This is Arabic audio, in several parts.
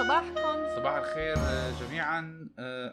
صباحكم. صباح الخير جميعا.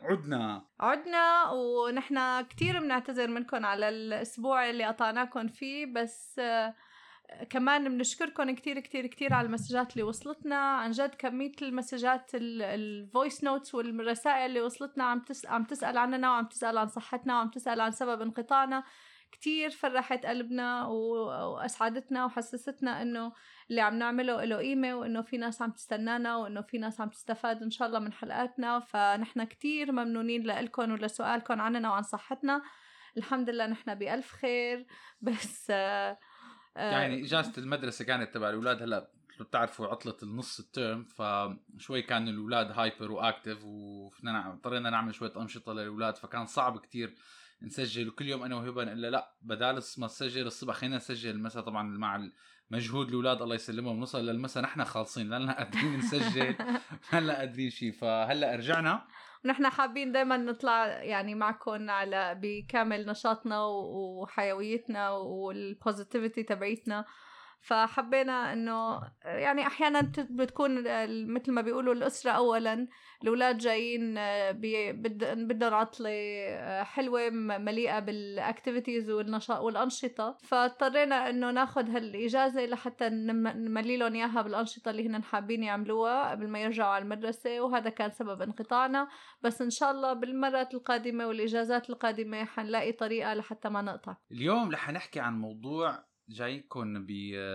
عدنا ونحن كتير بنعتذر منكم على الأسبوع اللي قطعناكم فيه، بس كمان بنشكركم كتير كتير كتير على المسجات اللي وصلتنا. عن جد كمية المسجات الفويس نوتس والرسائل اللي وصلتنا عم تسأل عننا وعم تسأل عن صحتنا وعم تسأل عن سبب انقطاعنا كتير فرحت قلبنا وأسعدتنا وحسستنا إنه اللي عم نعمله له قيمة، وإنه في ناس عم تستنانا، وإنه في ناس عم تستفاد إن شاء الله من حلقاتنا. فنحن كتير ممنونين لكم ولسؤالكم عننا وعن صحتنا. الحمد لله نحن بألف خير. بس يعني إجازة المدرسة كانت تبع الأولاد، هلأ بتعرفوا عطلة النص الترم، فشوي كان الأولاد هايبر وآكتف، واضطرينا نعمل شوية أنشطة للأولاد، فكان صعب كتير نسجل. وكل يوم أنا وهبة إلا لا بدال ما نسجل الصبح خلينا نسجل المساء. طبعا مع مجهود الأولاد الله يسلمهم نوصل للمساء نحن خالصين، لأننا قادرين نسجل هلا قادرين شيء. فهلا رجعنا ونحن حابين دايما نطلع يعني معكم على بكامل نشاطنا وحيويتنا والبوزيتيفيتي تبعيتنا. فحبينا انه يعني احيانا بتكون مثل ما بيقولوا الاسره اولا، الاولاد جايين بدهم عطله حلوه مليئه بالاكتيفيتيز والنشاط والانشطه، فاضطرينا انه ناخذ هالاجازه لحتى نملي لهم اياها بالانشطه اللي هن حابين يعملوها قبل ما يرجعوا على المدرسه، وهذا كان سبب انقطاعنا. بس ان شاء الله بالمرات القادمه والاجازات القادمه حنلاقي طريقه لحتى ما نقطع. اليوم رح نحكي عن موضوع جايكم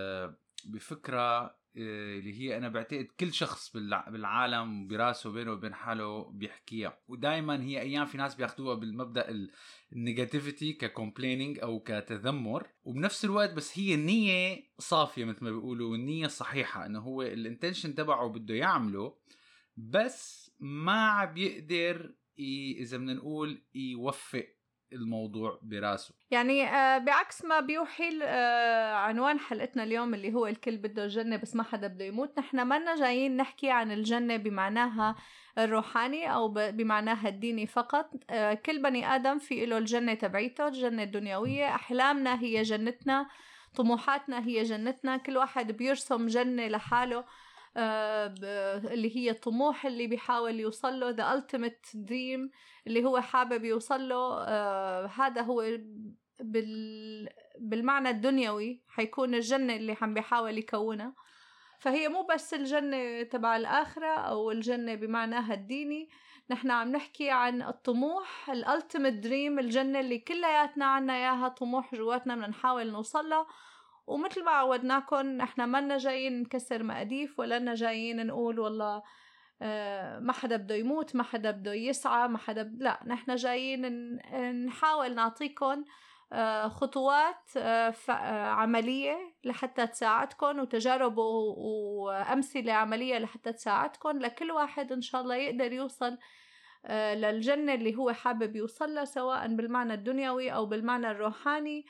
بفكرة اللي هي أنا بعتقد كل شخص بالعالم براسه بينه وبين حاله بيحكيها، ودايما هي أيام في ناس بياخدوها بالمبدأ النيجاتيفيتي ككومبلينينج أو كتذمر، وبنفس الوقت بس هي النية صافية مثل ما بيقولوا، والنية صحيحة إنه هو الانتنشن تبعه بده يعمله، بس ما بيقدر إذا بدنا نقول يوفق الموضوع براسه. يعني بعكس ما بيوحي عنوان حلقتنا اليوم اللي هو الكل بده الجنة بس ما حدا بده يموت، نحن مانا جايين نحكي عن الجنة بمعناها الروحاني أو بمعناها الديني فقط. كل بني آدم في له الجنة تبعيته، الجنة الدنيوية، أحلامنا هي جنتنا، طموحاتنا هي جنتنا. كل واحد بيرسم جنة لحاله اللي هي الطموح اللي بيحاول يوصل له، the ultimate dream اللي هو حابب يوصل له. هذا هو بالمعنى الدنيوي حيكون الجنة اللي عم بيحاول يكونها. فهي مو بس الجنة تبع الآخرة أو الجنة بمعناها الديني، نحن عم نحكي عن الطموح الultimate dream، الجنة اللي كلياتنا عنا إياها طموح جواتنا بدنا نحاول نوصلها. ومثل ما عودناكم احنا ما جايين نكسر مقاديف، ولا جايين نقول والله ما حدا بده يموت، ما حدا بده يسعى، ما حدا لا، نحن جايين نحاول نعطيكم خطوات عملية لحتى تساعدكم، وتجارب وأمثلة عملية لحتى تساعدكم لكل واحد إن شاء الله يقدر يوصل للجنة اللي هو حابب يوصلها، سواء بالمعنى الدنيوي أو بالمعنى الروحاني،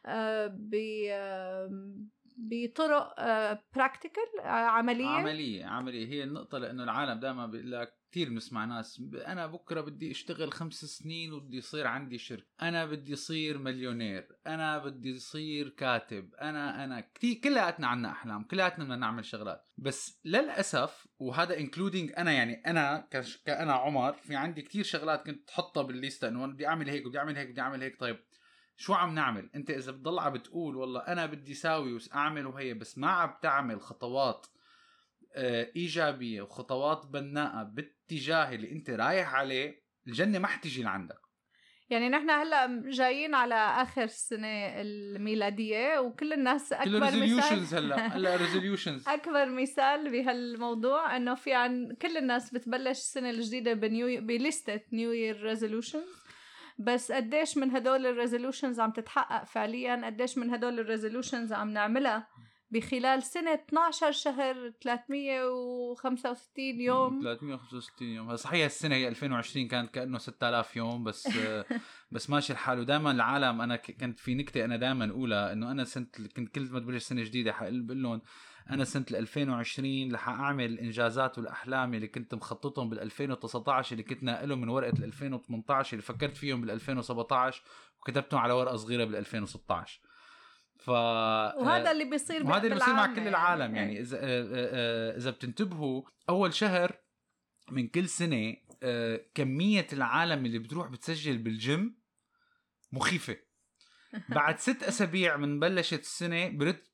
بطرق براكتيكال عملية. هي النقطة. لأنه العالم دائما بيقول لك كتير بنسمع ناس أنا بكرة بدي أشتغل 5 سنين وبدي يصير عندي شركة، أنا بدي يصير مليونير، أنا بدي يصير كاتب، أنا كتير. كلياتنا عنا أحلام، كلياتنا بدنا نعمل شغلات، بس للأسف وهذا including أنا، يعني أنا كأنا عمر في عندي كتير شغلات كنت تحطها بالليستة إنه بدي أعمل هيك بدي أعمل هيك بدي أعمل هيك. طيب شو عم نعمل؟ انت اذا بتضلع بتقول والله انا بدي ساوي واعمل وهي، بس ما عم تعمل خطوات ايجابيه وخطوات بناءه باتجاه اللي انت رايح عليه، الجنه ما حتيجي لعندك. يعني نحن هلا جايين على اخر السنه الميلاديه، وكل الناس اكبر مثال هلا ريزوليوشنز اكبر مثال بهالموضوع انه في عن كل الناس بتبلش السنه الجديده بليستة نيو يير ريزوليوشنز، بس قديش من هدول الريزولوشنز عم تتحقق فعليا؟ قديش من هدول الريزولوشنز عم نعملها بخلال سنة 12 شهر 365 يوم 365 يوم؟ صحيح السنة هي 2020 كانت كأنه 6000 يوم بس بس ماشي الحال. ودائما العالم، أنا كنت في نكتة أنا دائما أقولها إنه أنا كنت كل ما تبلش سنة جديدة بقول لهم أنا سنة 2020 رح أعمل الإنجازات والأحلام اللي كنت مخططهم بال 2019 اللي كنت ناقلهم من ورقة 2018 اللي فكرت فيهم بال 2017 وكتبتهم على ورقة صغيرة بال 2016. وهذا اللي بيصير مع كل العالم يعني إذا بتنتبهوا أول شهر من كل سنة كمية العالم اللي بتروح بتسجل بالجيم مخيفة. بعد 6 أسابيع من بلشت السنة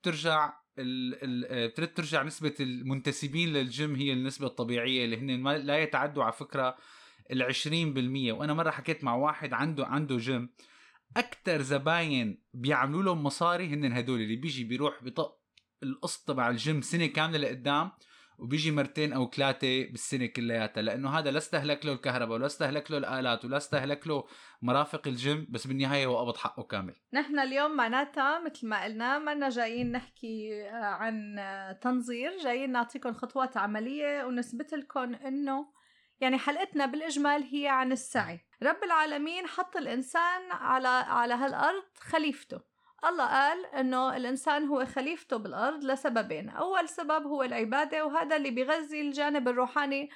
بترد ترجع نسبة المنتسبين للجيم هي النسبة الطبيعية اللي هن لا يتعدوا على فكرة 20%. وأنا مرة حكيت مع واحد عنده جيم، أكتر زباين بيعملوا لهم مصاري هن هدول اللي بيروح بيطق القسط تبع الجيم سنة كاملة لقدام، وبيجي 2 أو 3 بالسنة كلياتها، لأنه هذا لا استهلك له الكهرباء ولا استهلك له الآلات ولا استهلك له مرافق الجيم، بس بالنهاية هو قبض حقه كامل. نحن اليوم معناتها مثل ما قلنا ما جايين نحكي عن تنظير، جايين نعطيكم خطوات عملية ونثبت لكم إنه يعني حلقتنا بالإجمال هي عن السعي. رب العالمين حط الإنسان على هالأرض خليفته. الله قال إنه الإنسان هو خليفته بالأرض لسببين. أول سبب هو العبادة، وهذا اللي بيغذي الجانب الروحاني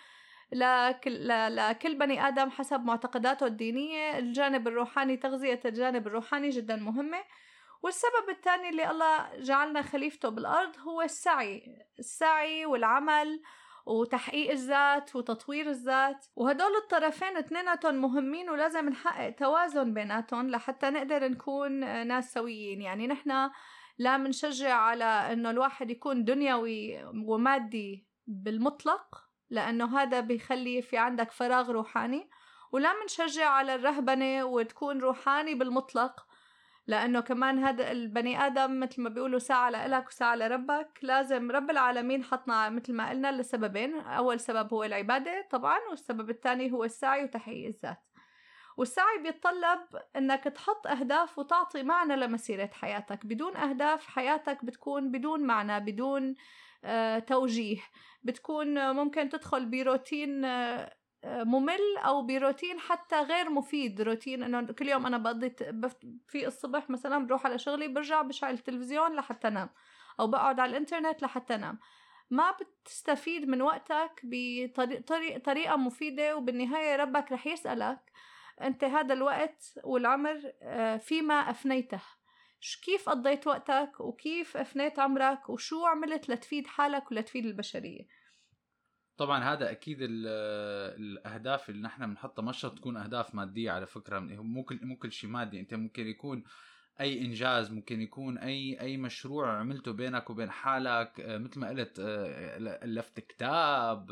لكل بني آدم حسب معتقداته الدينية. الجانب الروحاني، تغذية الجانب الروحاني جدا مهمة. والسبب الثاني اللي الله جعلنا خليفته بالأرض هو السعي والعمل وتحقيق الذات وتطوير الذات. وهدول الطرفين اثنيناتهم مهمين، ولازم نحقق توازن بيناتهم لحتى نقدر نكون ناس سويين. يعني نحن لا منشجع على انه الواحد يكون دنيوي ومادي بالمطلق، لأنه هذا بيخلي في عندك فراغ روحاني، ولا منشجع على الرهبنة وتكون روحاني بالمطلق، لأنه كمان هذا البني آدم مثل ما بيقولوا ساعة لإلك وساعة لربك. لازم رب العالمين حطنا مثل ما قلنا لسببين. أول سبب هو العبادة طبعا، والسبب الثاني هو السعي وتحقيق الذات. والسعي بيتطلب أنك تحط أهداف وتعطي معنى لمسيرة حياتك. بدون أهداف حياتك بتكون بدون معنى، بدون توجيه. بتكون ممكن تدخل بروتين ممل أو بروتين حتى غير مفيد. روتين أنه كل يوم أنا بقضي في الصبح مثلا بروح على شغلي، برجع بشعل التلفزيون لحتى نام، أو بقعد على الإنترنت لحتى نام. ما بتستفيد من وقتك بطريقة مفيدة، وبالنهاية ربك رح يسألك أنت هذا الوقت والعمر فيما أفنيته، كيف قضيت وقتك وكيف أفنيت عمرك وشو عملت لتفيد حالك ولتفيد البشرية. طبعا هذا أكيد الأهداف اللي نحن بنحطها مش شرط تكون أهداف مادية على فكرة. مو كل شيء مادي. أنت ممكن يكون أي إنجاز، ممكن يكون أي مشروع عملته بينك وبين حالك. مثل ما قلت ألفت كتاب،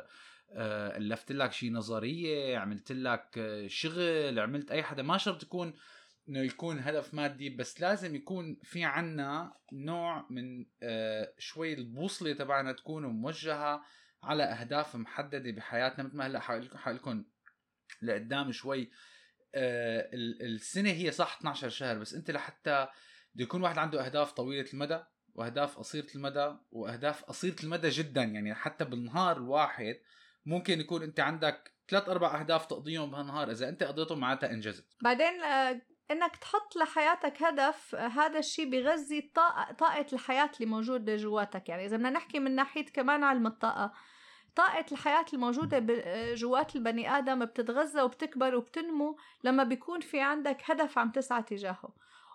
ألفت لك شيء نظرية، عملت لك شغل، عملت أي حدا. ما شرط تكون إنه يكون هدف مادي، بس لازم يكون في عنا نوع من شوي البوصلة تبعنا تكون موجهة على أهداف محددة بحياتنا. مثل ما هلأ حقلكم لقدام شوي، السنة هي صح 12 شهر، بس أنت لحتى بده يكون واحد عنده أهداف طويلة المدى وأهداف قصيرة المدى وأهداف قصيرة المدى جدا. يعني حتى بالنهار الواحد ممكن يكون أنت عندك 3-4 أهداف تقضيهم بهالنهار، إذا أنت قضيتهم معناتها إنجزت. بعدين إنك تحط لحياتك هدف، هذا الشيء بيغذي طاقة الحياة اللي موجودة جواتك. يعني إذا بدنا نحكي من ناحية كمان علم الطاقة، طاقة الحياة الموجودة جوات البني آدم بتتغذى وبتكبر وبتنمو لما بيكون في عندك هدف عم تسعى تجاهه.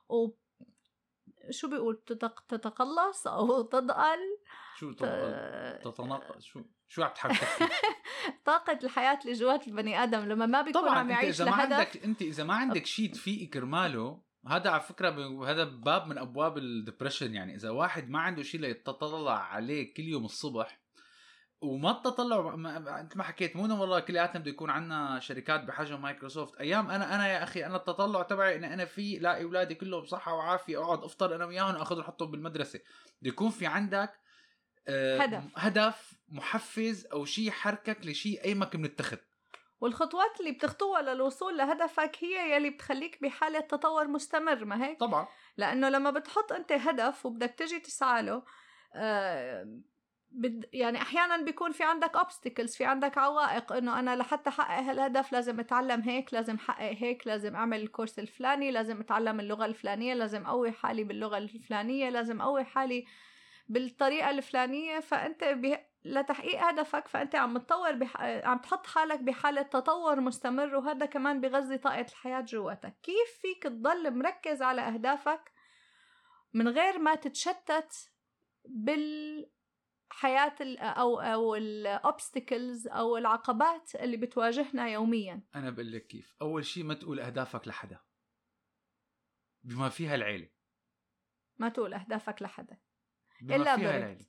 شو بيقول تتقلص أو تضأل، شو تتناقض؟ شو عم تحاول تحكي؟ طاقة الحياة اللي جوات البني آدم لما ما بيكون عم يعيش لهدف. انت اذا ما عندك شيء تفيق كرماله، هذا على فكرة هذا باب من ابواب الدبريشن. يعني اذا واحد ما عنده شيء ليتطلع عليه كل يوم الصبح، وما تطلع انت ما حكيت مونا والله كلياتنا بده يكون عندنا شركات بحجم مايكروسوفت. ايام انا يا اخي انا التطلع تبعي ان انا في لاقي اولادي كلهم بصحة وعافية، اقعد افطر انا وياهم واخذهم احطهم بالمدرسة. بده يكون في عندك هدف محفز او شيء حركك لشيء اي مكان بنتخذ. والخطوات اللي بتخطوها للوصول لهدفك هي يلي بتخليك بحالة تطور مستمر، ما هيك؟ طبعا. لأنه لما بتحط أنت هدف وبدك تجي تسعى له، يعني أحيانا بيكون في عندك obstacles، في عندك عوائق، إنه أنا لحتى أحقق هالهدف لازم أتعلم هيك، لازم أحقق هيك، لازم أعمل الكورس الفلاني، لازم أتعلم اللغة الفلانية، لازم أقوي حالي باللغة الفلانية، لازم أقوي حالي بالطريقة الفلانية. فأنت لتحقيق هدفك فأنت عم تطور عم تحط حالك بحالة تطور مستمر، وهذا كمان بغذي طاقة الحياة جواتك. كيف فيك تضل مركز على أهدافك من غير ما تتشتت حياة أو الأوبستيكلز أو العقبات اللي بتواجهنا يوميا. أنا بقول لك كيف. أول شيء ما تقول أهدافك لحدا بما فيها العيلة. ما تقول أهدافك لحدا بما فيها العيلة.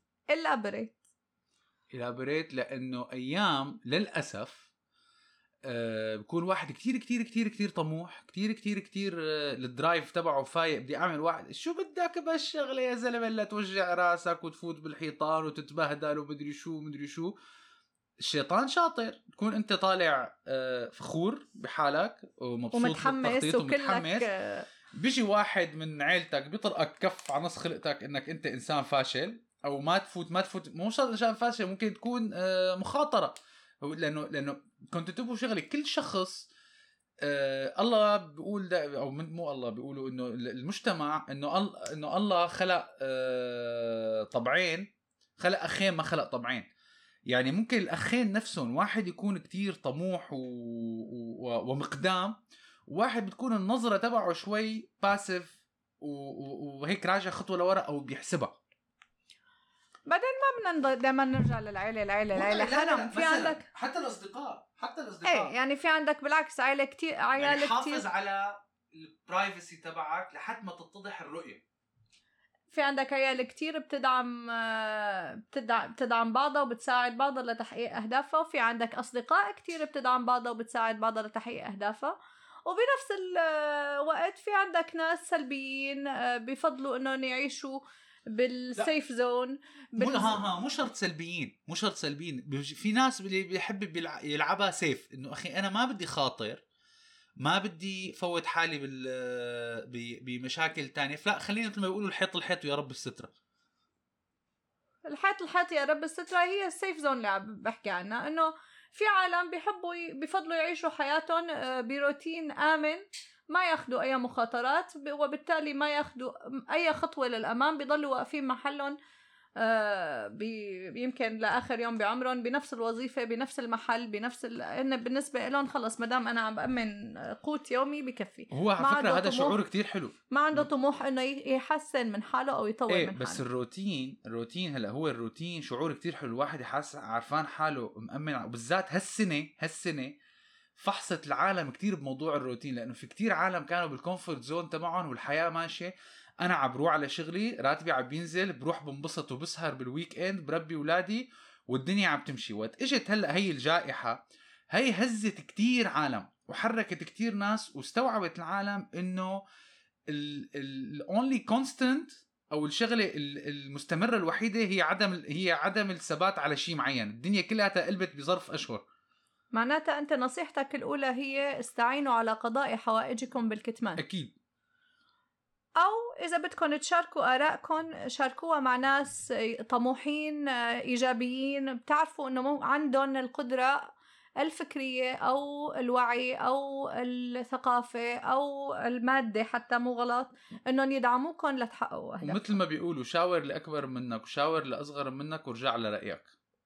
إلا بريت لأنه أيام للأسف بكون واحد كتير كتير كتير كتير طموح، كتير كتير كتير الدرايف تبعه فايق، بدي أعمل واحد. شو بدك بهالشغلة يا زلمة؟ لا توجع راسك وتفوت بالحيطان وتتبهدل ومدري شو. الشيطان شاطر. تكون أنت طالع فخور بحالك ومبسوط ومتحمس ومتحمس. بيجي واحد من عيلتك بيطرقك كف على نص خلقتك إنك أنت إنسان فاشل، أو ما تفوت مو شرط إنسان فاشل، ممكن تكون مخاطرة. لأنه كنت تبوا شغلي. كل شخص الله بيقول ده، أو مو الله، بيقولوا إنه المجتمع إنه الله خلق طبعين، خلق أخين ما خلق طبعين. يعني ممكن الأخين نفسهم واحد يكون كتير طموح ومقدام، وواحد بتكون النظرة تبعه شوي باسف وهيك راجع خطوة لورا أو بيحسبها. بعدين ما بدنا دائما نرجع للعيلة حرام. في عندك حتى الأصدقاء ايه، يعني في عندك بالعكس عيال كتير. حافظ على البرايفسي تبعك لحد ما تتضح الرؤية. في عندك عيال كتير بتدعم بعضها وبتساعد بعضها لتحقيق أهدافها، وفي عندك أصدقاء كتير بتدعم بعضها وبتساعد بعضها لتحقيق أهدافها. وبنفس الوقت في عندك ناس سلبيين بيفضلوا إنهم يعيشوا بالسيف زون. مو شرط سلبيين. في ناس اللي بيحب يلعبها سيف، إنه أخي أنا ما بدي خاطر، ما بدي فوت حالي بمشاكل تانية، فلا خلينا مثل ما بيقولوا الحيط ويا رب السترة. الحيط يا رب السترة هي السيف زون اللي عم بحكي عنها. إنه في عالم بيفضلوا يعيشوا حياتهم بروتين آمن، ما ياخدوا أي مخاطرات، وبالتالي ما ياخدوا أي خطوة للأمام، بيضلوا واقفين محلهم يمكن لآخر يوم بعمرهم بنفس الوظيفة بنفس المحل إن بالنسبة لهم خلص مدام أنا عم بأمن قوت يومي بكفي. هو على فكرة هذا شعور كتير حلو. ما عنده طموح إنه يحسن من حاله أو يطور من حاله. بس الروتين هلا هو الروتين شعور كتير حلو. الواحد يحس عارفان حاله مأمن، وبالذات هالسنة فحصت العالم كتير بموضوع الروتين، لأنه في كتير عالم كانوا بالكومفورت زون تبعهم والحياة ماشية. أنا عم بروح على شغلي، راتبي عم بينزل، بروح بنبسط وبسهر بالويك اند، بربي ولادي والدنيا عم تمشي. وقت اجت هلأ هي الجائحة، هي هزت كتير عالم وحركت كتير ناس، واستوعبت العالم إنه ال only constant أو الشغلة المستمرة الوحيدة هي عدم الثبات على شيء معين. الدنيا كلها قلبت بظرف أشهر. معناتها أنت نصيحتك الأولى هي استعينوا على قضاء حوائجكم بالكتمان. أكيد. أو إذا بدكم تشاركوا آرائكم شاركوها مع ناس طموحين إيجابيين، بتعرفوا إنه عندهم القدرة الفكرية أو الوعي أو الثقافة أو المادة حتى، مو غلط، إنهم يدعموكم لتحققوا أهدافكم. ومثل ما بيقولوا شاور لأكبر منك وشاور لأصغر منك ورجع لرأيك.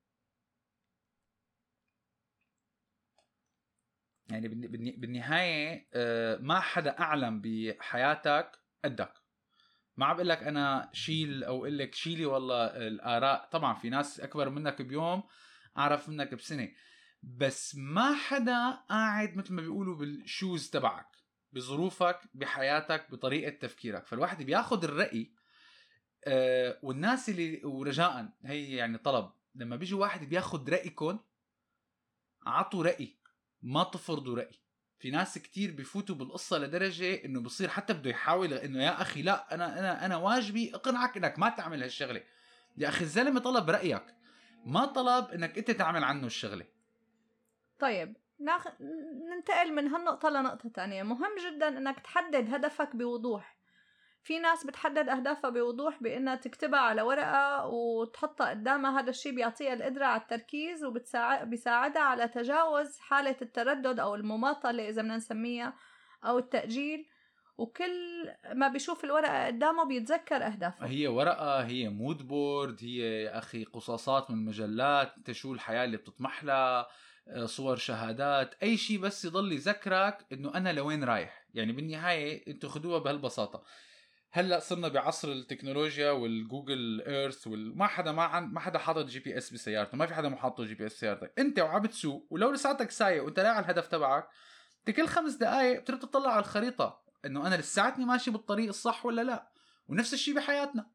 يعني بالنهاية ما حدا أعلم بحياتك قدك. ما عم بقول لك أنا شيل أو قل لك شيلي والله الآراء. طبعا في ناس أكبر منك بيوم، أعرف منك بسنة، بس ما حدا قاعد مثل ما بيقولوا بالشوز تبعك، بظروفك، بحياتك، بطريقة تفكيرك. فالواحد بياخد الرأي. والناس اللي ورجاء هي يعني طلب، لما بيجي واحد بياخد رأيكم عطوا رأي، ما تفرضوا رأي. في ناس كتير بيفوتوا بالقصة لدرجة انه بصير حتى بده يحاول انه يا اخي لا انا واجبي اقنعك انك ما تعمل هالشغلة. يا اخي الزلمة طلب رأيك، ما طلب انك انت تعمل عنه الشغلة. طيب ننتقل من هالنقطة لنقطة تانية. مهم جدا انك تحدد هدفك بوضوح. في ناس بتحدد أهدافها بوضوح بأنها تكتبها على ورقة وتحطها قدامها. هذا الشيء بيعطيها القدرة على التركيز وبيساعدها على تجاوز حالة التردد أو المماطلة إذا بدنا نسميها أو التأجيل. وكل ما بيشوف الورقة قدامه بيتذكر أهدافه. هي ورقة، هي مود بورد، هي يا أخي قصاصات من مجلات، انت شو الحياة اللي بتطمح لها، صور، شهادات، أي شيء بس يضل يذكرك إنه أنا لوين رايح. يعني بالنهاية انتوا خدوها بهالبساطة. هلا صرنا بعصر التكنولوجيا والجوجل ايرث ما حدا حاطط GPS بسيارته، ما في حدا محاطه GPS بسيارتك. انت وعم بتسوق ولو لساتك سايق وانت لاقي على الهدف تبعك، انت كل 5 دقائق بتروح تطلع على الخريطه انه انا لساتني ماشي بالطريق الصح ولا لا. ونفس الشيء بحياتنا.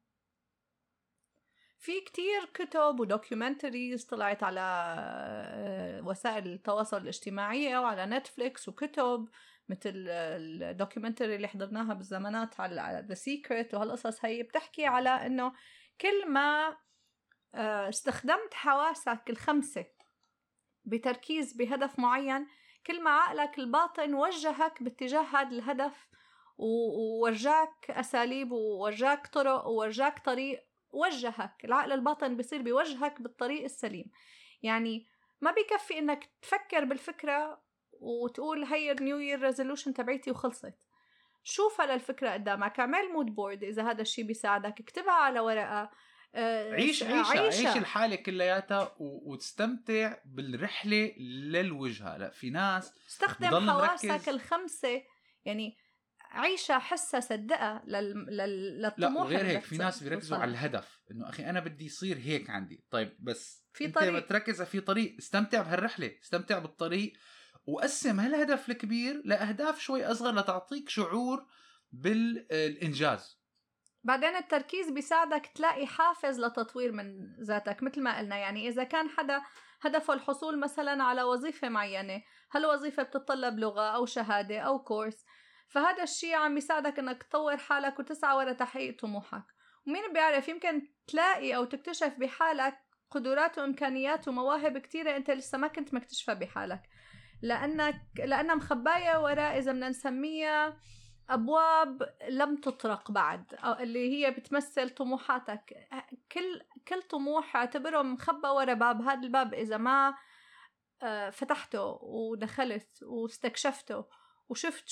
في كتير كتب ودوكيومنتريز طلعت على وسائل التواصل الاجتماعي وعلى نتفليكس، وكتب مثل الدوكيومنتري اللي حضرناها بالزمانات على The Secret وهالقصص هي بتحكي على انه كل ما استخدمت حواسك الخمسة بتركيز بهدف معين، كل ما عقلك الباطن وجهك باتجاه هذا الهدف وورجاك أساليب وورجاك طرق وورجاك طريق. وجهك العقل الباطن بيصير بيوجهك بالطريق السليم. يعني ما بيكفي انك تفكر بالفكرة وتقول هي النيو يير ريزولوشن تبعيتي وخلصت. شوفها للفكرة قدامك، اعمل مود بورد إذا هذا الشيء بيساعدك، اكتبها على ورقة، عيش الحالة كلياتها وتستمتع بالرحلة للوجهة. لا في ناس استخدم حواسك الخمسة، يعني عيشها حسها صدقها للطموح. لا وغير هيك في ناس بيركزوا على الهدف انه اخي انا بدي يصير هيك عندي. طيب بس في انت طريق. بتركز في طريق، استمتع بهالرحلة، استمتع بالطريق، وقسم هالهدف الكبير لأهداف شوي أصغر لتعطيك شعور بالإنجاز. بعدين التركيز بيساعدك تلاقي حافز لتطوير من ذاتك. مثل ما قلنا، يعني إذا كان حدا هدفه الحصول مثلا على وظيفة معينة، هالوظيفة بتتطلب لغة أو شهادة أو كورس، فهذا الشيء عم يساعدك إنك تطور حالك وتسعى وراء تحقيق طموحك. ومين بيعرف يمكن تلاقي أو تكتشف بحالك قدرات وإمكانيات ومواهب كتيرة أنت لسه ما كنت مكتشفها بحالك، لأنها مخباية وراء إذا بدنا نسميها أبواب لم تطرق بعد، أو اللي هي بتمثل طموحاتك. كل طموح اعتبره مخبى ورا باب. هذا الباب إذا ما فتحته ودخلت واستكشفته وشفت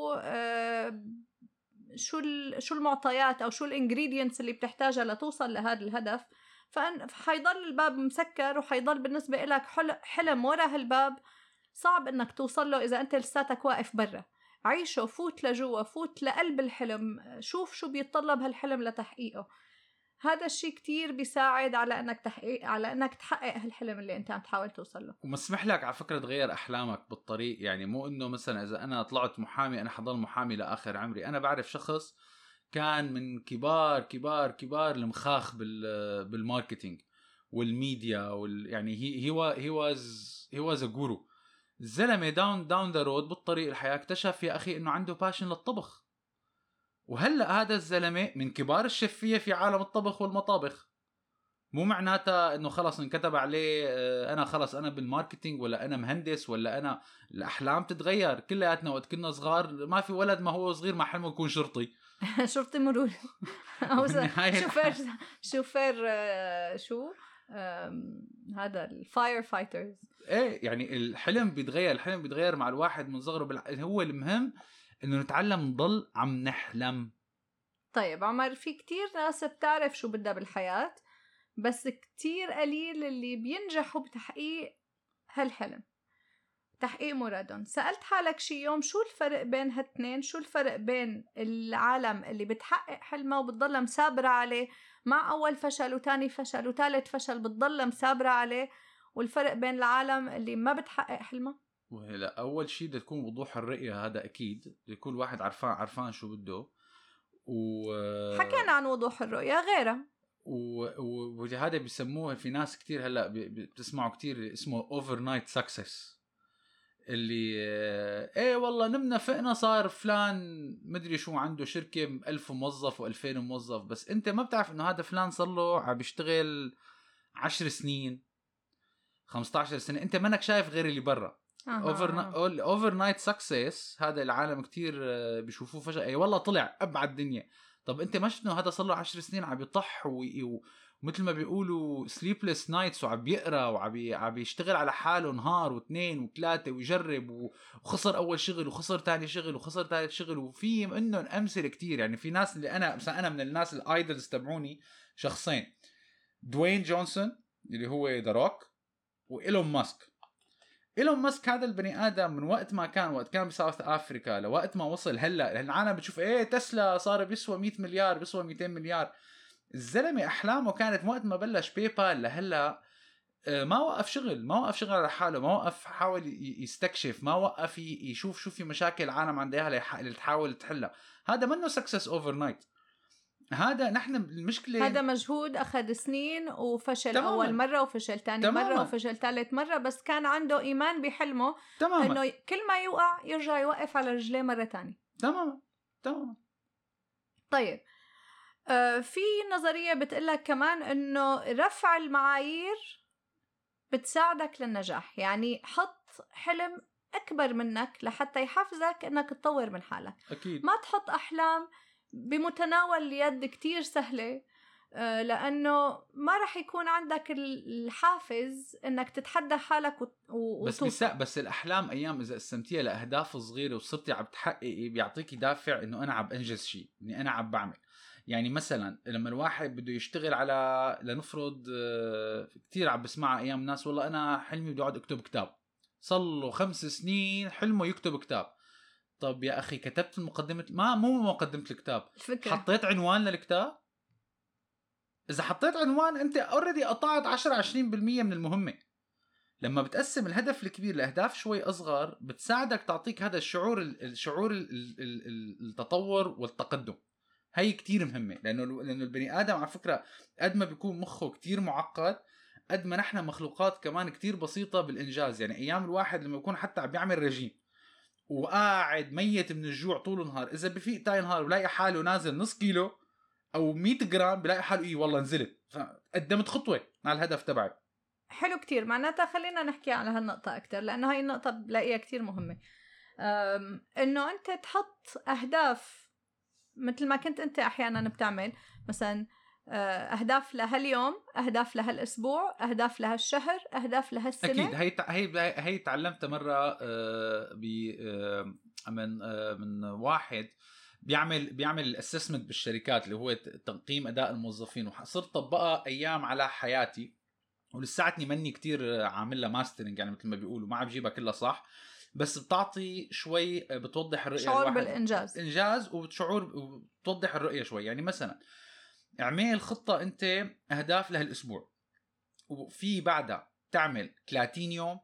شو المعطيات أو شو الانجريدينتس اللي بتحتاجها لتوصل لهذا الهدف، فحيضل الباب مسكر وحيضل بالنسبة لك حلم ورا هالباب صعب إنك توصل له إذا أنت لساتك واقف برا. عيشه، فوت لجوا، فوت لقلب الحلم، شوف شو بيتطلب هالحلم لتحقيقه. هذا الشيء كتير بيساعد على انك تحقق هالحلم اللي انت عم تحاول توصل له. ومسمح لك على فكرة تغير احلامك بالطريق. يعني مو انه مثلا اذا انا طلعت محامي انا حضل محامي لاخر عمري. انا بعرف شخص كان من كبار المخاخ بالماركتينج والميديا يعني he was a guru. الزلمة داون ذا رود بالطريق الحياة اكتشف يا أخي إنه عنده باشن للطبخ. وهلأ هذا الزلمة من كبار الشفية في عالم الطبخ والمطابخ. مو معناتها إنه خلص انكتب عليه أنا خلص أنا بالماركتينج ولا أنا مهندس ولا أنا. الأحلام تتغير. كلياتنا وقت كنا صغار ما في ولد ما هو صغير ما حلمه يكون شرطي. شرطي مرور أو شوفير شو هذا الفاير فايترز. ايه يعني الحلم بيتغير مع الواحد من صغره. هو المهم انه نتعلم نضل عم نحلم. طيب عمر، في كتير ناس بتعرف شو بدها بالحياة، بس كتير قليل اللي بينجحوا بتحقيق هالحلم، تحقيق مرادهم. سألت حالك شي يوم شو الفرق بين هالتنين؟ شو الفرق بين العالم اللي بتحقق حلمه وبتضل مسابرة عليه مع أول فشل وتاني فشل وثالث فشل بتضل مسابرة عليه، والفرق بين العالم اللي ما بتحقق حلمه؟ وهلا أول شي بدها تكون وضوح الرؤية. هذا أكيد يكون واحد عرفان شو بده. حكينا عن وضوح الرؤية غيرها. وهذا بيسموه في ناس كتير هلا بتسمعوا كتير اسمه overnight success. اللي ايه والله نمنا فقنا صار فلان مدري شو عنده شركة 1000 موظف و2000 موظف، بس انت ما بتعرف انه هذا فلان صار له عم بيشتغل 10 سنين 15 سنة. انت منك شايف غير اللي برا. overnight success هذا العالم كتير بيشوفوه فجأة ايه والله طلع ابعد الدنيا. طب انت ما شفت انه هذا صار له 10 سنين عم يطح ومثل ما بيقولوا sleepless nights وعم بيقرا وعم يشتغل على حاله نهار واثنين وثلاثة ويجرب وخسر اول شغل وخسر ثاني شغل وخسر ثالث شغل. وفي منهم امثله كتير. يعني في ناس اللي انا من الناس الايدلز تبعوني شخصين، دوين جونسون اللي هو ذا روك، وإيلون ماسك. إيلون ماسك هذا البني آدم من وقت كان بساوث أفريكا لوقت ما وصل هلأ العالم بتشوف تسلا صار بيسوى 100 مليار بيسوى 200 مليار. الزلمة أحلامه كانت وقت ما بلش بيبال لهلأ ما وقف شغل على حاله، ما وقف حاول يستكشف، ما وقف يشوف شو في مشاكل العالم عندها لتحاول تحلها. هذا منه سكسس اوفر نايت. هذا نحن المشكلة هذا مجهود أخذ سنين وفشل تماماً. أول مرة وفشل تاني مرة وفشل ثالث مرة، بس كان عنده إيمان بحلمه تماماً. إنه كل ما يوقع يرجع يوقف على رجليه مرة تانية. تماما. طيب في نظرية بتقلك كمان إنه رفع المعايير بتساعدك للنجاح. يعني حط حلم أكبر منك لحتى يحفزك إنك تطور من حالك. أكيد. ما تحط أحلام بمتناول اليد كتير سهلة، لأنه ما رح يكون عندك الحافز إنك تتحدى حالك بس الأحلام أيام إذا قسمتيها لأهداف صغيرة وصرتي عم تحققي بيعطيكي دافع إنه أنا عم أنجز شيء، إني أنا عم بعمل. يعني مثلا لما الواحد بده يشتغل على لنفرض كتير عم بسمع أيام ناس والله أنا حلمي بدي أقعد أكتب كتاب، صلوا 5 سنين حلمه يكتب كتاب. طب يا أخي كتبت المقدمة؟ مو مقدمة الكتاب، الفكرة. حطيت عنوان للكتاب. إذا حطيت عنوان أنت already قطعت 10-20% من المهمة. لما بتقسم الهدف الكبير لأهداف شوي أصغر بتساعدك تعطيك هذا الشعور التطور والتقدم. هاي كتير مهمة، لأنه البني آدم على فكرة قد ما بيكون مخه كتير معقد قد ما نحن مخلوقات كمان كتير بسيطة بالإنجاز. يعني أيام الواحد لما يكون حتى عم بيعمل رجيم وقاعد ميت من الجوع طول النهار، إذا بفيق تاي نهار ولاقي حاله نازل نص كيلو أو 100 جرام بلاقي حاله والله نزلت، فقدمت خطوة على الهدف تبعي. حلو كتير. معناتها خلينا نحكي على هالنقطة أكتر، لأنه هاي النقطة بلاقيها كتير مهمة. إنه أنت تحط أهداف مثل ما كنت أنت أحيانا بتعمل، مثلا أهداف لهاليوم، أهداف لهالأسبوع، أهداف لهالشهر، أهداف لهالسنة. أكيد. هي تعلمت مرة من واحد بيعمل الاسسمنت بالشركات اللي هو تقييم أداء الموظفين، وصرت طبقها أيام على حياتي ولساتني مني كتير عاملها ماسترنج، يعني مثل ما بيقولوا ما عم بجيبها كلها صح، بس بتعطي شوي بتوضح الرؤية، شعور بالإنجاز وبتوضح الرؤية شوي. يعني مثلا اعمل خطة أنت أهداف لهالأسبوع، وفي بعدها تعمل 30 يوم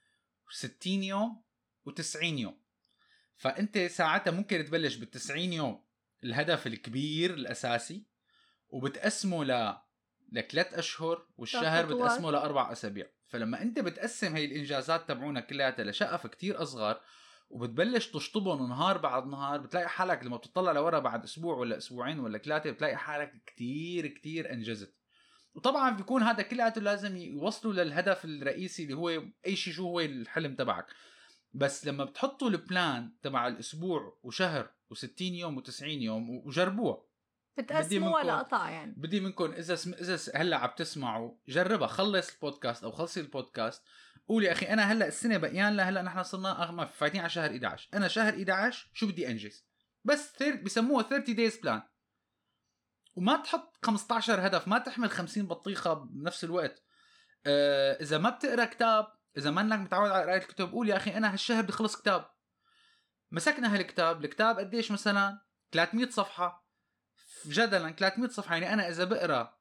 60 يوم و90 يوم. فأنت ساعتها ممكن تبلش بال90 يوم الهدف الكبير الأساسي، وبتقسمه ل3 أشهر، والشهر بتقسمه ل4 أسابيع. فلما أنت بتقسم هاي الإنجازات تبعونا كلها لشقف كتير أصغر وبتبلش تشطبهم نهار بعد نهار، بتلاقي حالك لما بتطلع لورا بعد أسبوع ولا أسبوعين ولا 3 بتلاقي حالك كتير أنجزت. وطبعا بيكون هذا كلياته لازم يوصلوا للهدف الرئيسي اللي هو أي شيء شو هو الحلم تبعك. بس لما بتحطوا البلان تبع الأسبوع وشهر و60 يوم و90 يوم وجربوها، بتقسموها لقطع. يعني بدي منكم إذا هلا عم تسمعوا جربها، خلص البودكاست أو خلصي البودكاست، قولي أخي أنا هلا السنة بقيان هلا نحن صرنا فايتين على شهر 11، أنا شهر 11 شو بدي أنجز؟ بس بيسموها 30 days plan. وما تحط 15 هدف، ما تحمل 50 بطيخة بنفس الوقت. إذا ما بتقرأ كتاب، إذا ما أنك متعود على قراءة الكتب، قول يا أخي أنا هالشهر بدي خلص كتاب. مسكنا هالكتاب، الكتاب قديش؟ مثلا 300 صفحة جدلا، 300 صفحة، يعني أنا إذا بقرأ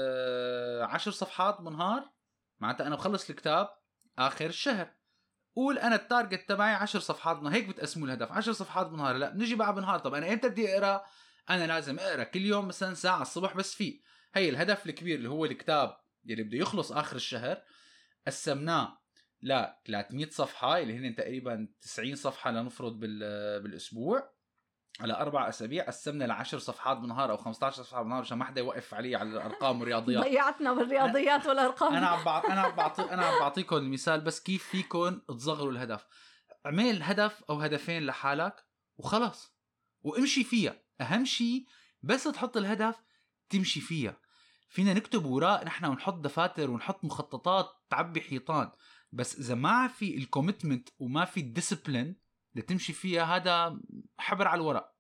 10 صفحات بالنهار معناتها أنا بخلص الكتاب آخر الشهر. قول أنا التارجت تبعي 10 صفحات بالنهار، هيك بتقسموا الهدف 10 صفحات بالنهار. لا بنجي بعد بالنهار، طب أنا إمتى بدي أقرأ؟ أنا لازم أقرأ كل يوم مثلا ساعة الصبح بس فيه. هي الهدف الكبير اللي هو الكتاب اللي بده يخلص آخر الشهر، قسمناه لا 300 صفحة اللي هن تقريبا 90 صفحة لنفرض بالأسبوع على 4 أسابيع، قسمنا ل10 صفحات بالنهار أو 15 صفحة بالنهار عشان ما حدا يوقف علي على الأرقام والرياضيات. ضيعتنا بالرياضيات والأرقام. أنا عم بعطيكم المثال بس كيف فيكم تصغروا الهدف. اعمل هدف أو هدفين لحالك وخلاص وامشي فيها. أهم شيء بس تحط الهدف تمشي فيها. فينا نكتب وراء نحن ونحط دفاتر ونحط مخططات تعبي حيطان، بس إذا ما في الكوميتمنت وما في الديسيبلين لتمشي فيها هذا حبر على الورق.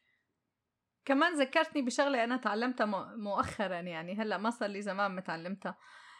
كمان ذكرتني بشغلة أنا تعلمتها مؤخرا، يعني هلأ ما صار لي زمان متعلمتها.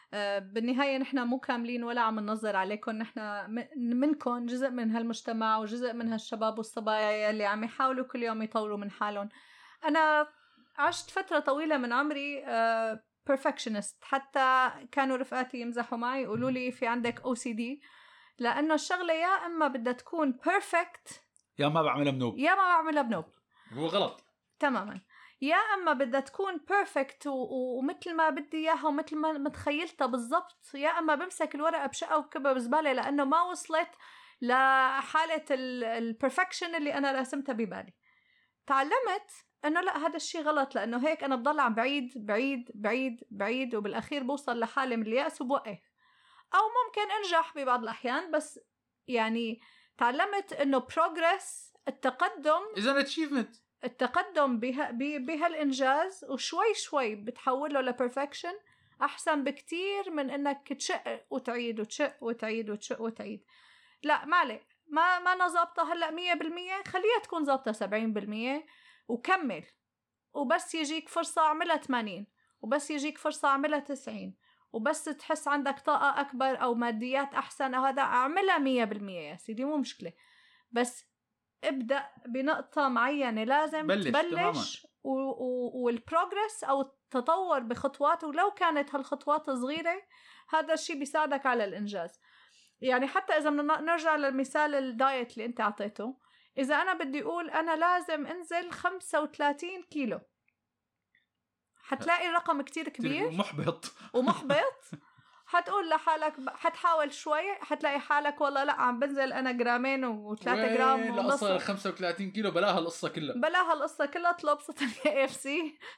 بالنهاية نحن مو كاملين ولا عم ننظر عليكم، نحن منكم جزء من هالمجتمع وجزء من هالشباب والصبايا اللي عم يحاولوا كل يوم يطوروا من حالهم. أنا عشت فترة طويلة من عمري perfectionist، حتى كانوا رفقاتي يمزحوا معي يقولوا لي في عندك OCD، لأنه الشغلة يا إما بدها تكون perfect يا ما بعملها بنوب. هو غلط تماما. يا أما بدها تكون perfect ومثل ما بدي إياها ومثل ما متخيلتها بالضبط، يا أما بمسك الورقة بشقة وكبها بزبالة لأنه ما وصلت لحالة البرفكشن اللي أنا رسمتها ببالي. تعلمت أنه لا، هذا الشيء غلط، لأنه هيك أنا بضل عم بعيد بعيد بعيد بعيد وبالأخير بوصل لحالة من اليأس وبوقف، أو ممكن أنجح ببعض الأحيان. بس يعني تعلمت أنه progress، التقدم، إذا achievement، التقدم بهالإنجاز وشوي شوي بتحوله لبرفكشن أحسن بكتير من إنك تشق وتعيد وتشق وتعيد وتشق وتعيد. لا مالي، ما أنا ظابطة هلأ 100%، خليها تكون ظابطة 70% وكمل، وبس يجيك فرصة اعملها 80، وبس يجيك فرصة اعملها 90، وبس تحس عندك طاقة أكبر أو ماديات أحسن أو هذا اعملها 100% يا سيدي، مو مشكلة. بس ابدأ بنقطة معينة، لازم تبلش والبروجرس أو التطور بخطوات، ولو كانت هالخطوات صغيرة هذا الشيء بيساعدك على الإنجاز. يعني حتى إذا نرجع للمثال الدايت اللي أنت عطيته، إذا أنا بدي أقول أنا لازم أنزل 35 كيلو، حتلاقي رقم كتير كبير ومحبط حتقول لحالك، حتحاول شوي، حتلاقي حالك والله لا عم بنزل أنا جرامين و3 جرام ونص. 35 كيلو بلاها القصة كلها اطلب KFC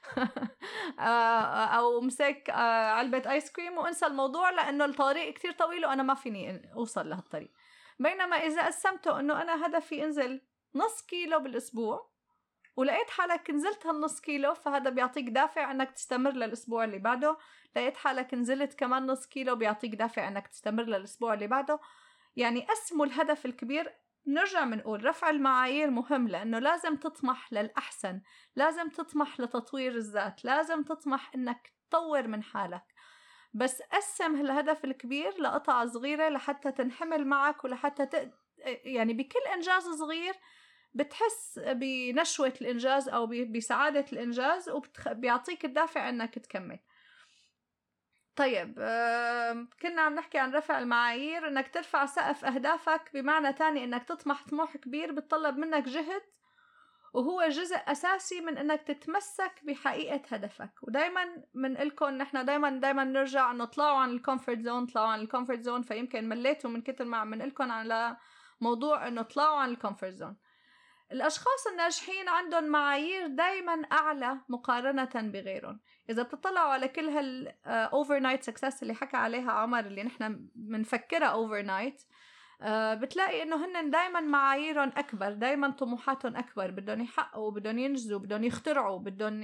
أو مسك علبة آيس كريم وانسى الموضوع، لأنه الطريق كتير طويل وأنا ما فيني أوصل لهالطريق. بينما إذا قسمته أنه أنا هدفي أنزل نص كيلو بالأسبوع ولقيت حالك نزلت هالنص كيلو، فهذا بيعطيك دافع أنك تستمر للأسبوع اللي بعده. لقيت حالك نزلت كمان نص كيلو، بيعطيك دافع أنك تستمر للأسبوع اللي بعده. يعني قسموا الهدف الكبير. نرجع منقول رفع المعايير مهم، لأنه لازم تطمح للأحسن، لازم تطمح لتطوير الذات، لازم تطمح أنك تطور من حالك. بس قسم الهدف الكبير لقطع صغيرة لحتى تنحمل معك، ولحتى يعني بكل إنجاز صغير بتحس بنشوة الإنجاز أو بسعادة الإنجاز، وبيعطيك الدافع أنك تكمل. طيب كنا عم نحكي عن رفع المعايير، أنك ترفع سقف أهدافك، بمعنى تاني أنك تطمح طموح كبير بتطلب منك جهد، وهو جزء أساسي من أنك تتمسك بحقيقة هدفك. ودايما منقلكم نحن دايما نرجع أنه طلعوا عن الكومفورت زون، فيمكن مليتوا من كتر ما عم منقلكم على موضوع أنه طلعوا عن الكومفورت زون. الأشخاص الناجحين عندهم معايير دايما أعلى مقارنة بغيرهم. إذا بتطلعوا على كل overnight success اللي حكى عليها عمر، اللي نحن منفكرها overnight، بتلاقي إنه هن دايما معاييرهم أكبر، دايما طموحاتهم أكبر، بدهم يحققوا، بدهم ينجزوا، بدهم يخترعوا، بدهم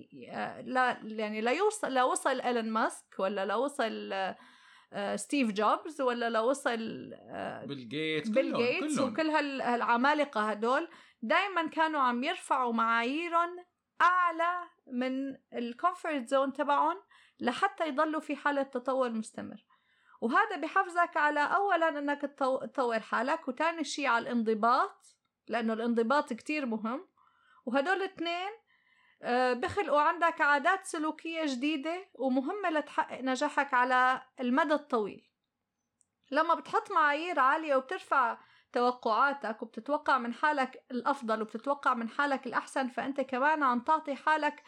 لا وصل إيلون ماسك، ولا لا وصل ستيف جوبز، ولا لو وصل بيل جيتس وكل هالعمالقة هدول، دايما كانوا عم يرفعوا معاييرهم أعلى من الكومفورت زون تبعهم لحتى يضلوا في حالة تطور مستمر. وهذا بحفظك على أولا أنك تطور حالك، وتاني شيء على الانضباط، لأنه الانضباط كتير مهم. وهدول الاثنين بخلقوا عندك عادات سلوكية جديدة ومهمة لتحقق نجاحك على المدى الطويل. لما بتحط معايير عالية وبترفع توقعاتك وبتتوقع من حالك الأفضل وبتتوقع من حالك الأحسن، فأنت كمان عم تعطي حالك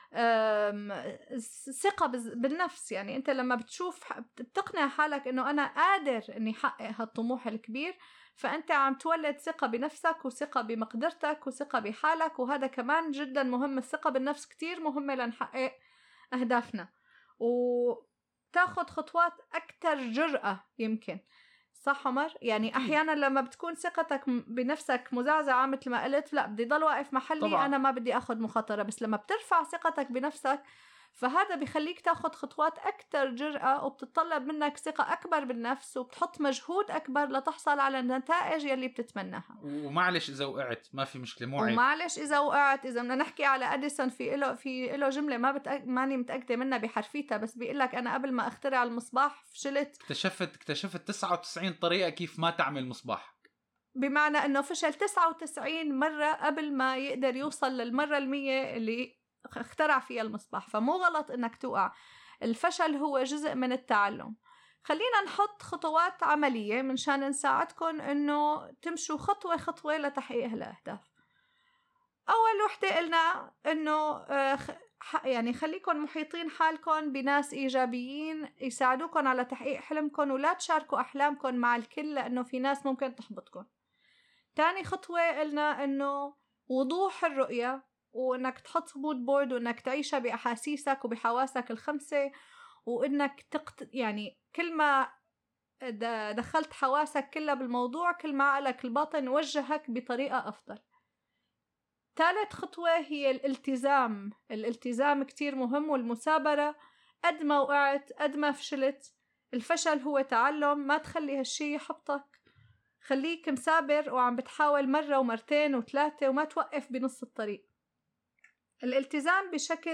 ثقة بالنفس. يعني أنت لما بتشوف بتقنع حالك أنه أنا قادر أني أحقق هالطموح الكبير، فأنت عم تولد ثقة بنفسك وثقة بمقدرتك وثقة بحالك. وهذا كمان جدا مهم، الثقة بالنفس كتير مهمة لنحقق أهدافنا وتاخد خطوات أكتر جرأة. يمكن صح عمر؟ يعني أحيانا لما بتكون ثقتك بنفسك مزعزعة مثل ما قلت، لا بدي ضل واقف محلي طبعا. أنا ما بدي أخذ مخاطرة. بس لما بترفع ثقتك بنفسك فهذا بيخليك تاخد خطوات أكتر جرأة، وبتطلب منك ثقة أكبر بالنفس، وبتحط مجهود أكبر لتحصل على النتائج يلي بتتمناها. ومعلش إذا وقعت ما في مشكلة، مو عيب. ومعلش إذا وقعت. إذا بدنا نحكي على أديسون، في له جملة ماني متأكدة منها بحرفيتها، بس بيقلك أنا قبل ما أخترع المصباح فشلت. اكتشفت 99 طريقة كيف ما تعمل مصباح. بمعنى أنه فشل 99 مرة قبل ما يقدر يوصل للمرة 100 اللي اخترع فيها المصباح. فمو غلط إنك توقع، الفشل هو جزء من التعلم. خلينا نحط خطوات عملية منشان نساعدكم إنه تمشوا خطوة خطوة لتحقيق هالأهداف. أول وحدة قلنا إنه يعني خليكم محيطين حالكم بناس إيجابيين يساعدوكم على تحقيق حلمكم، ولا تشاركوا أحلامكم مع الكل لأنه في ناس ممكن تحبطكم. تاني خطوة قلنا إنه وضوح الرؤية، وإنك تحط مود بورد، وإنك تعيشها بأحاسيسك وبحواسك الخمسة، وإنك يعني كل ما دخلت حواسك كلها بالموضوع كل ما عقلك الباطن وجهك بطريقة أفضل. ثالث خطوة هي الالتزام كتير مهم، والمثابرة. قد ما وقعت قد ما فشلت، الفشل هو تعلم، ما تخلي هالشي يحبطك. خليك مثابر وعم بتحاول مرة ومرتين وثلاثة، وما توقف بنص الطريق. الالتزام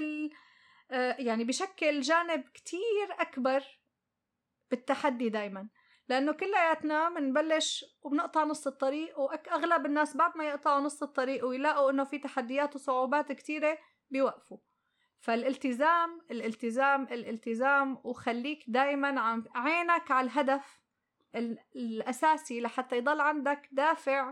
بشكل جانب كتير أكبر بالتحدي دايما، لأنه كلياتنا منبلش وبنقطع نص الطريق، وأغلب الناس بعد ما يقطعوا نص الطريق ويلاقوا إنه في تحديات وصعوبات كتيرة بيوقفوا. فالالتزام الالتزام الالتزام، وخليك دايما عينك على الهدف الأساسي لحتى يضل عندك دافع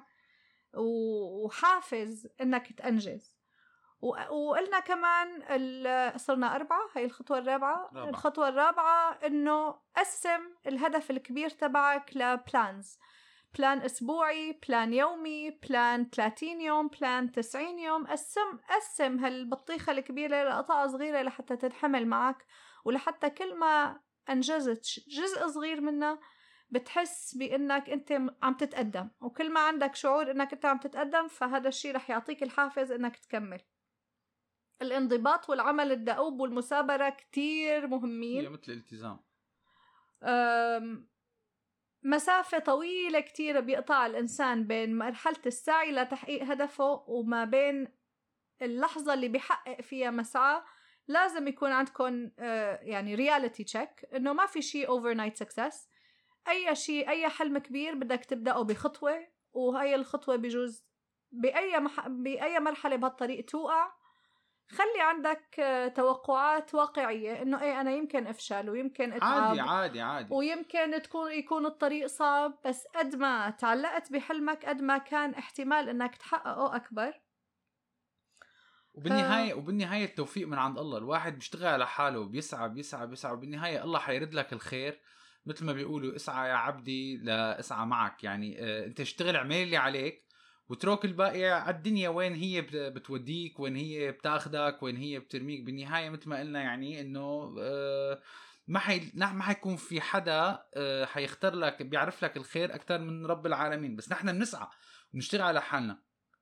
وحافز إنك تنجز. وقلنا كمان صرنا 4، هاي الخطوة الرابعة. الخطوة الرابعة إنه قسم الهدف الكبير تبعك لبلانز، بلان أسبوعي، بلان يومي، بلان 30 يوم، بلان 90 يوم. قسم هالبطيخة الكبيرة لقطع صغيرة لحتى تنحمل معك، ولحتى كل ما أنجزت جزء صغير منها بتحس بأنك أنت عم تتقدم، وكل ما عندك شعور أنك أنت عم تتقدم فهذا الشيء رح يعطيك الحافز أنك تكمل. الانضباط والعمل الدؤوب والمثابرة كتير مهمين. هي مثل الالتزام. مسافة طويلة كتير بيقطع الإنسان بين مرحلة السعي لتحقيق هدفه وما بين اللحظة اللي بيحقق فيها مسعى. لازم يكون عندكم يعني رياليتي تشيك إنه ما في شيء overnight success. أي حلم كبير بدك تبدأه بخطوة، وهي الخطوة بجوز بأي مرحلة بهالطريق توقع. خلي عندك توقعات واقعية إنه إيه أنا يمكن أفشل ويمكن أتعب، عادي ويمكن يكون الطريق صعب، بس قد ما تعلقت بحلمك قد ما كان احتمال إنك تحققه أكبر. وبالنهاية التوفيق من عند الله. الواحد بيشتغل على حاله، بيسعى وبالنهاية الله حيرد لك الخير. مثل ما بيقولوا اسعى يا عبدي لا اسعى معك. يعني انت اشتغل، اعمل اللي عليك، وترك الباقي على الدنيا وين هي بتوديك، وين هي بتاخدك، وين هي بترميك. بالنهاية مثل ما قلنا يعني انه ما حيكون في حدا حيختار لك بيعرف لك الخير اكثر من رب العالمين، بس نحن بنسعى ونشتغل على حالنا.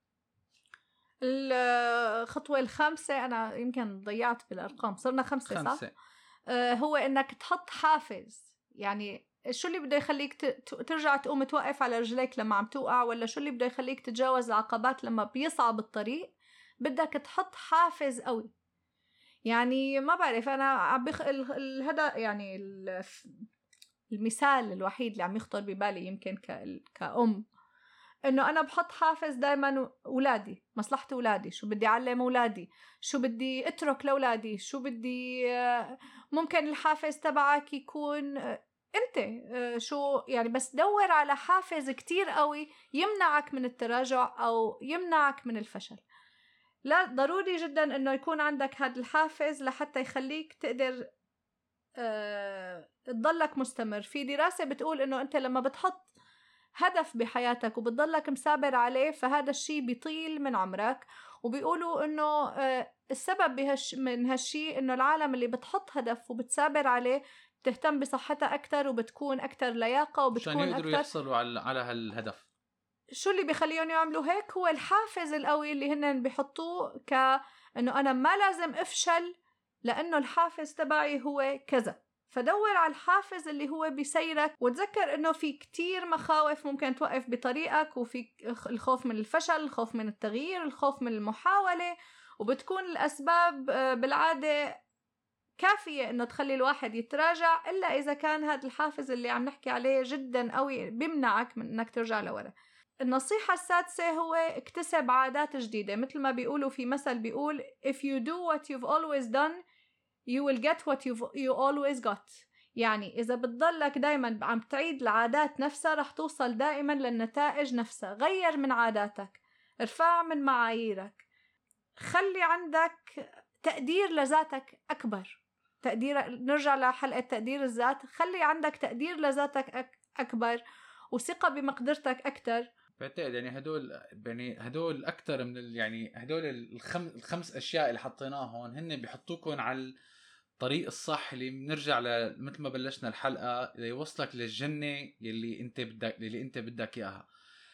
الخطوة الخامسة، أنا يمكن ضيعت بالأرقام، صرنا 5 صح؟ هو إنك تحط حافز. يعني شو اللي بده يخليك ترجع تقوم توقف على رجليك لما عم توقع، ولا شو اللي بده يخليك تتجاوز العقبات لما بيصعب الطريق؟ بدك تحط حافز قوي. يعني ما بعرف أنا هذا يعني المثال الوحيد اللي عم يخطر ببالي يمكن كأم، إنه أنا بحط حافز دايما أولادي، مصلحة أولادي، شو بدي أعلم أولادي، شو بدي أترك لأولادي، شو بدي. ممكن الحافز تبعك يكون أنت شو يعني، بس دور على حافز كتير قوي يمنعك من التراجع أو يمنعك من الفشل. لا، ضروري جدا إنه يكون عندك هذا الحافز لحتى يخليك تقدر تضلك مستمر. في دراسة بتقول إنه أنت لما بتحط هدف بحياتك وبتضلك مسابر عليه فهذا الشيء بيطيل من عمرك. وبيقولوا إنه السبب من هالشيء إنه العالم اللي بتحط هدف وبتسابر عليه بتهتم بصحتها أكتر، وبتكون أكتر لياقة، وبتكون عشان يقدروا يحصلوا على هالهدف. شو اللي بيخليهم يعملوا هيك؟ هو الحافز القوي اللي هن بيحطوه كأنه أنا ما لازم أفشل لأنه الحافز تبعي هو كذا. فدور على الحافز اللي هو بيسيرك، وتذكر انه في كتير مخاوف ممكن توقف بطريقك، وفي الخوف من الفشل، الخوف من التغيير، الخوف من المحاولة، وبتكون الأسباب بالعادة كافية انه تخلي الواحد يتراجع، إلا إذا كان هذا الحافز اللي عم نحكي عليه جدا قوي بيمنعك من انك ترجع لورا. النصيحة السادسة هو اكتسب عادات جديدة. مثل ما بيقولوا في مثل بيقول if you do what you've always done you will get what you always got. يعني إذا بتضلك دايما عم تعيد العادات نفسها رح توصل دائما للنتائج نفسها. غير من عاداتك، ارفع من معاييرك، خلي عندك تقدير لذاتك أكبر. نرجع لحلقة تقدير الذات، خلي عندك تقدير لذاتك أكبر وثقة بمقدرتك أكتر. بعتقد يعني هدول أكتر من يعني هدول الخمس أشياء اللي حطيناهم هن بيحطوكم على الطريق الصح اللي بنرجع مثل ما بلشنا الحلقة اللي يوصلك للجنة اللي انت بدك إياها.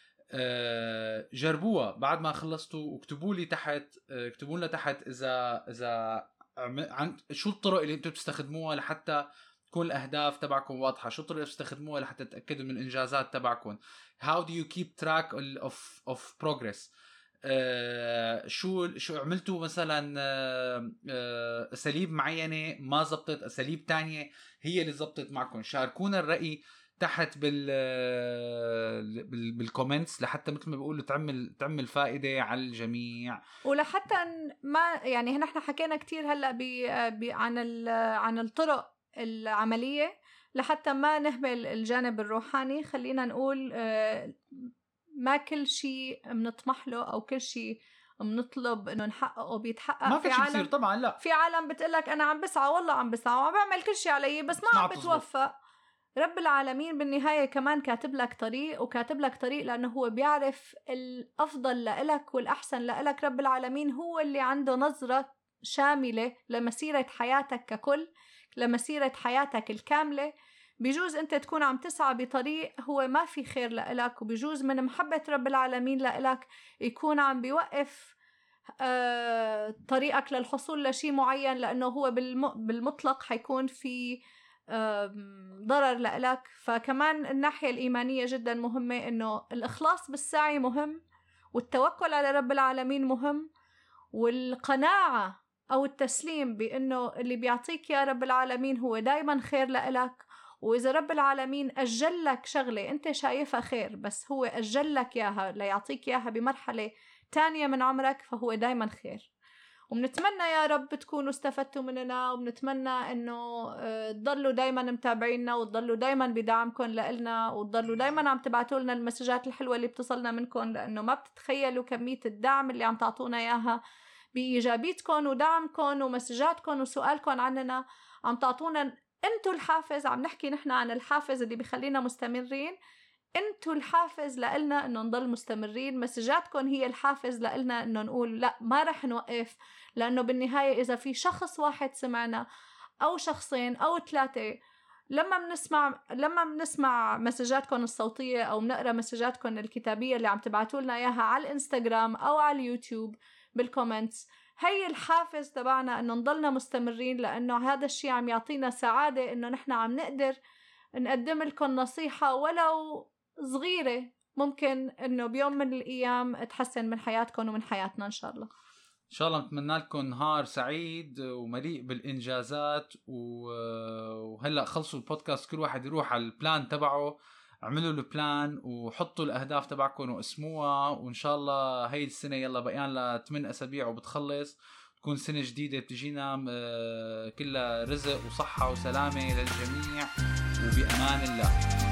جربوها بعد ما خلصتوا، واكتبوا لي تحت، اكتبوا لنا تحت إذا شو الطرق اللي انتم بتستخدموها لحتى تكون الأهداف تبعكم واضحة، شو الطرق اللي بتستخدموها لحتى تتأكدوا من الإنجازات تبعكم. How do you keep track of progress. شو عملتوا مثلا أساليب معينة ما زبطت، أساليب تانية هي اللي زبطت معكم. شاركونا الرأي تحت بالكومنتس لحتى مثل ما بيقولوا تعمل فائدة على الجميع. ولحتى ما يعني نحن حكينا كتير هلأ عن الطرق العملية، لحتى ما نهمل الجانب الروحاني. خلينا نقول ما كل شيء بنطمح له أو كل شيء بنطلب إنه نحققه بيتحقق. ما في شيء بصير طبعا، لا. في عالم بتقلك أنا عم بسعى، والله عم بسعى وعم بعمل كل شيء علي بس ما عم بتوفق. رب العالمين بالنهاية كمان كاتب لك طريق، وكاتب لك طريق لأنه هو بيعرف الأفضل لإلك والأحسن لإلك. رب العالمين هو اللي عنده نظرة شاملة لمسيرة حياتك ككل، لمسيرة حياتك الكاملة. بيجوز أنت تكون عم تسعى بطريق هو ما في خير لإلك، وبيجوز من محبة رب العالمين لإلك يكون عم بيوقف طريقك للحصول لشيء معين، لأنه هو بالمطلق حيكون في ضرر لإلك. فكمان الناحية الإيمانية جدا مهمة، إنه الإخلاص بالسعي مهم، والتوكل على رب العالمين مهم، والقناعة أو التسليم بأنه اللي بيعطيك يا رب العالمين هو دايما خير لإلك. وإذا رب العالمين أجل لك شغلة أنت شايفها خير بس هو أجل لك إياها ليعطيك إياها بمرحلة تانية من عمرك، فهو دايما خير. وبنتمنى يا رب تكونوا استفدتوا مننا، وبنتمنى انه تضلوا دايما متابعيننا، وتضلوا دايما بدعمكم لنا، وتضلوا دايما عم تبعتوا لنا المسجات الحلوة اللي بتصلنا منكم، لانه ما بتتخيلوا كمية الدعم اللي عم تعطونا اياها بإيجابيتكم ودعمكم ومسجاتكم وسؤالكم عننا. عم تعطونا انتوا الحافز. عم نحكي نحن عن الحافز اللي بيخلينا مستمرين. انتوا الحافز لإلنا انه نضل مستمرين. مسجاتكم هي الحافز لإلنا انه نقول لا ما رح نوقف، لانه بالنهاية اذا في شخص واحد سمعنا او شخصين او 3، لما بنسمع مسجاتكم الصوتية او بنقرأ مسجاتكم الكتابية اللي عم تبعتوا لنا اياها على الانستغرام او على اليوتيوب بالكومنتس، هي الحافز تبعنا انه نضلنا مستمرين، لانه هذا الشيء عم يعطينا سعادة انه نحن عم نقدر نقدم لكم نصيحة ولو صغيرة ممكن انه بيوم من الايام تحسن من حياتكم ومن حياتنا ان شاء الله. ان شاء الله نتمنى لكم نهار سعيد ومليء بالانجازات. وهلا خلصوا البودكاست كل واحد يروح على البلان تبعه، اعملوا البلان وحطوا الاهداف تبعكم وقسموها، وان شاء الله هاي السنة يلا بقيان ل 8 اسابيع وبتخلص، تكون سنة جديدة بتجينا كلها رزق وصحة وسلامة للجميع وبأمان الله.